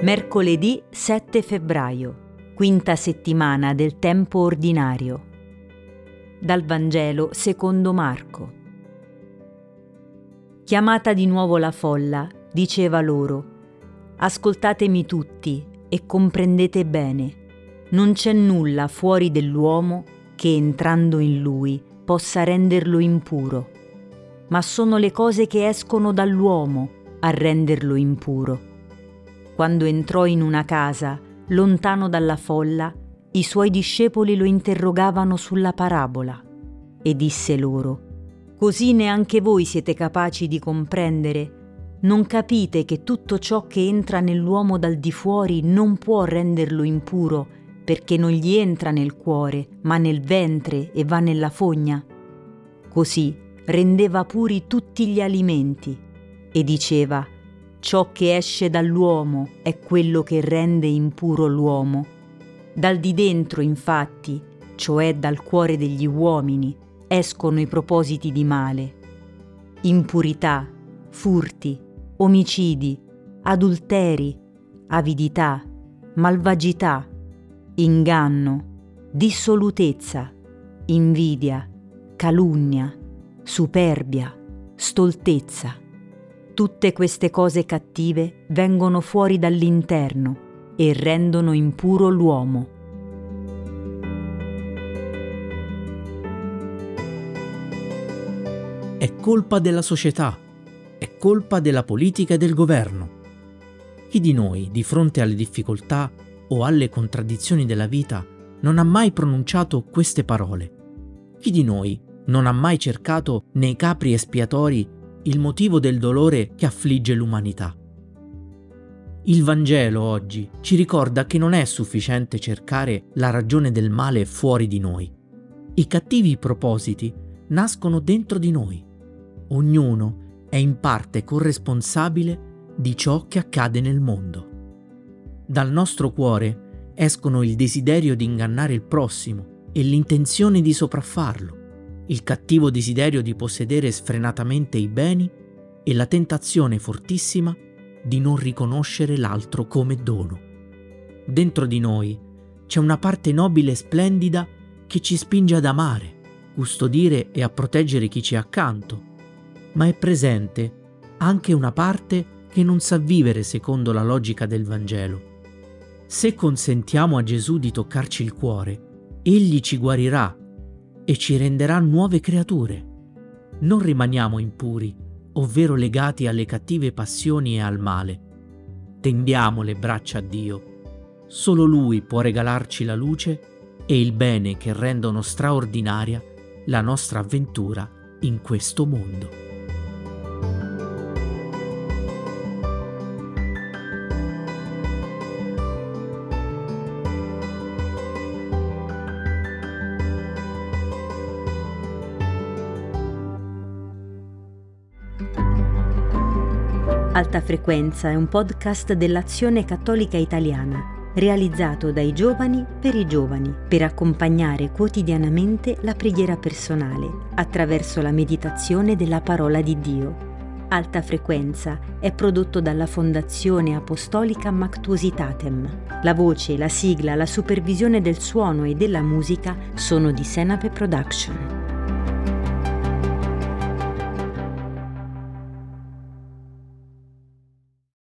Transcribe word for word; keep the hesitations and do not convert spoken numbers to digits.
Mercoledì sette febbraio, quinta settimana del tempo ordinario. Dal Vangelo secondo Marco. Chiamata di nuovo la folla, diceva loro: ascoltatemi tutti e comprendete bene. Non c'è nulla fuori dell'uomo che, entrando in lui, possa renderlo impuro, ma sono le cose che escono dall'uomo a renderlo impuro. Quando entrò in una casa, lontano dalla folla, i suoi discepoli lo interrogavano sulla parabola e disse loro: così neanche voi siete capaci di comprendere? Non capite che tutto ciò che entra nell'uomo dal di fuori non può renderlo impuro, perché non gli entra nel cuore, ma nel ventre e va nella fogna? Così rendeva puri tutti gli alimenti e diceva: ciò che esce dall'uomo è quello che rende impuro l'uomo. Dal di dentro, infatti, cioè dal cuore degli uomini, escono i propositi di male: impurità, furti, omicidi, adulteri, avidità, malvagità, inganno, dissolutezza, invidia, calunnia, superbia, stoltezza. Tutte queste cose cattive vengono fuori dall'interno e rendono impuro l'uomo. È colpa della società, è colpa della politica e del governo. Chi di noi, di fronte alle difficoltà o alle contraddizioni della vita, non ha mai pronunciato queste parole? Chi di noi non ha mai cercato nei capri espiatori il motivo del dolore che affligge l'umanità? Il Vangelo oggi ci ricorda che non è sufficiente cercare la ragione del male fuori di noi. I cattivi propositi nascono dentro di noi. Ognuno è in parte corresponsabile di ciò che accade nel mondo. Dal nostro cuore escono il desiderio di ingannare il prossimo e l'intenzione di sopraffarlo, il cattivo desiderio di possedere sfrenatamente i beni e la tentazione fortissima di non riconoscere l'altro come dono. Dentro di noi c'è una parte nobile e splendida che ci spinge ad amare, custodire e a proteggere chi ci è accanto, ma è presente anche una parte che non sa vivere secondo la logica del Vangelo. Se consentiamo a Gesù di toccarci il cuore, Egli ci guarirà e ci renderà nuove creature. Non rimaniamo impuri, ovvero legati alle cattive passioni e al male. Tendiamo le braccia a Dio. Solo Lui può regalarci la luce e il bene che rendono straordinaria la nostra avventura in questo mondo. Alta Frequenza è un podcast dell'Azione Cattolica Italiana, realizzato dai giovani per i giovani, per accompagnare quotidianamente la preghiera personale attraverso la meditazione della parola di Dio. Alta Frequenza è prodotto dalla Fondazione Apostolica Mactuositatem. La voce, la sigla, la supervisione del suono e della musica sono di Senape Production.